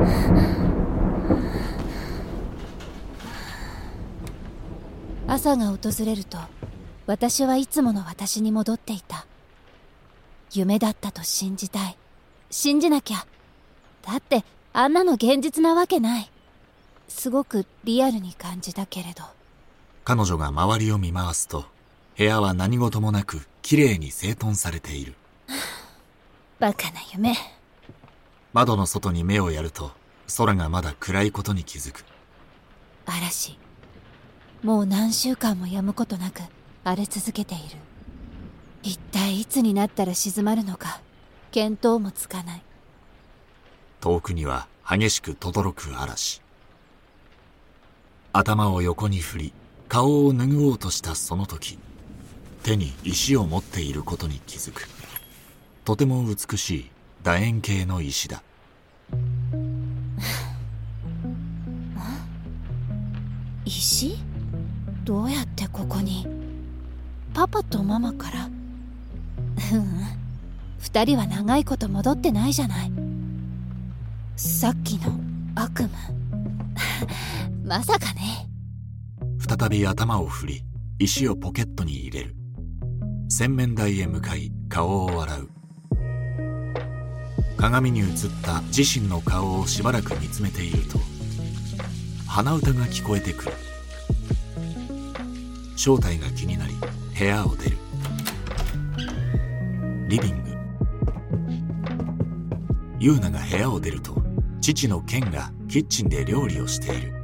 朝が訪れると、私はいつもの私に戻っていた。夢だったと信じたい。信じなきゃ。だってあんなの現実なわけない。すごくリアルに感じたけれど。 彼女が周りを見回すと、部屋は何事もなくきれいに整頓されている。 バカな夢。 窓の外に目をやると、空がまだ暗いことに気づく。 嵐。もう何週間も止むことなく荒れ続けている。一体いつになったら静まるのか見当もつかない。 遠くには激しく轟く嵐。頭を横に振り、顔を拭おうとしたその時、手に石を持っていることに気づく。とても美しい楕円形の石だ。 石？どうやってここに？パパとママから？二人は長いこと戻ってないじゃない。さっきの悪夢まさかね。 再び頭を振り、石をポケットに入れる。洗面台へ向かい顔を洗う。鏡に映った自身の顔をしばらく見つめていると、鼻歌が聞こえてくる。正体が気になり部屋を出る。リビング。ユーナが部屋を出ると、父のケンがキッチンで料理をしている。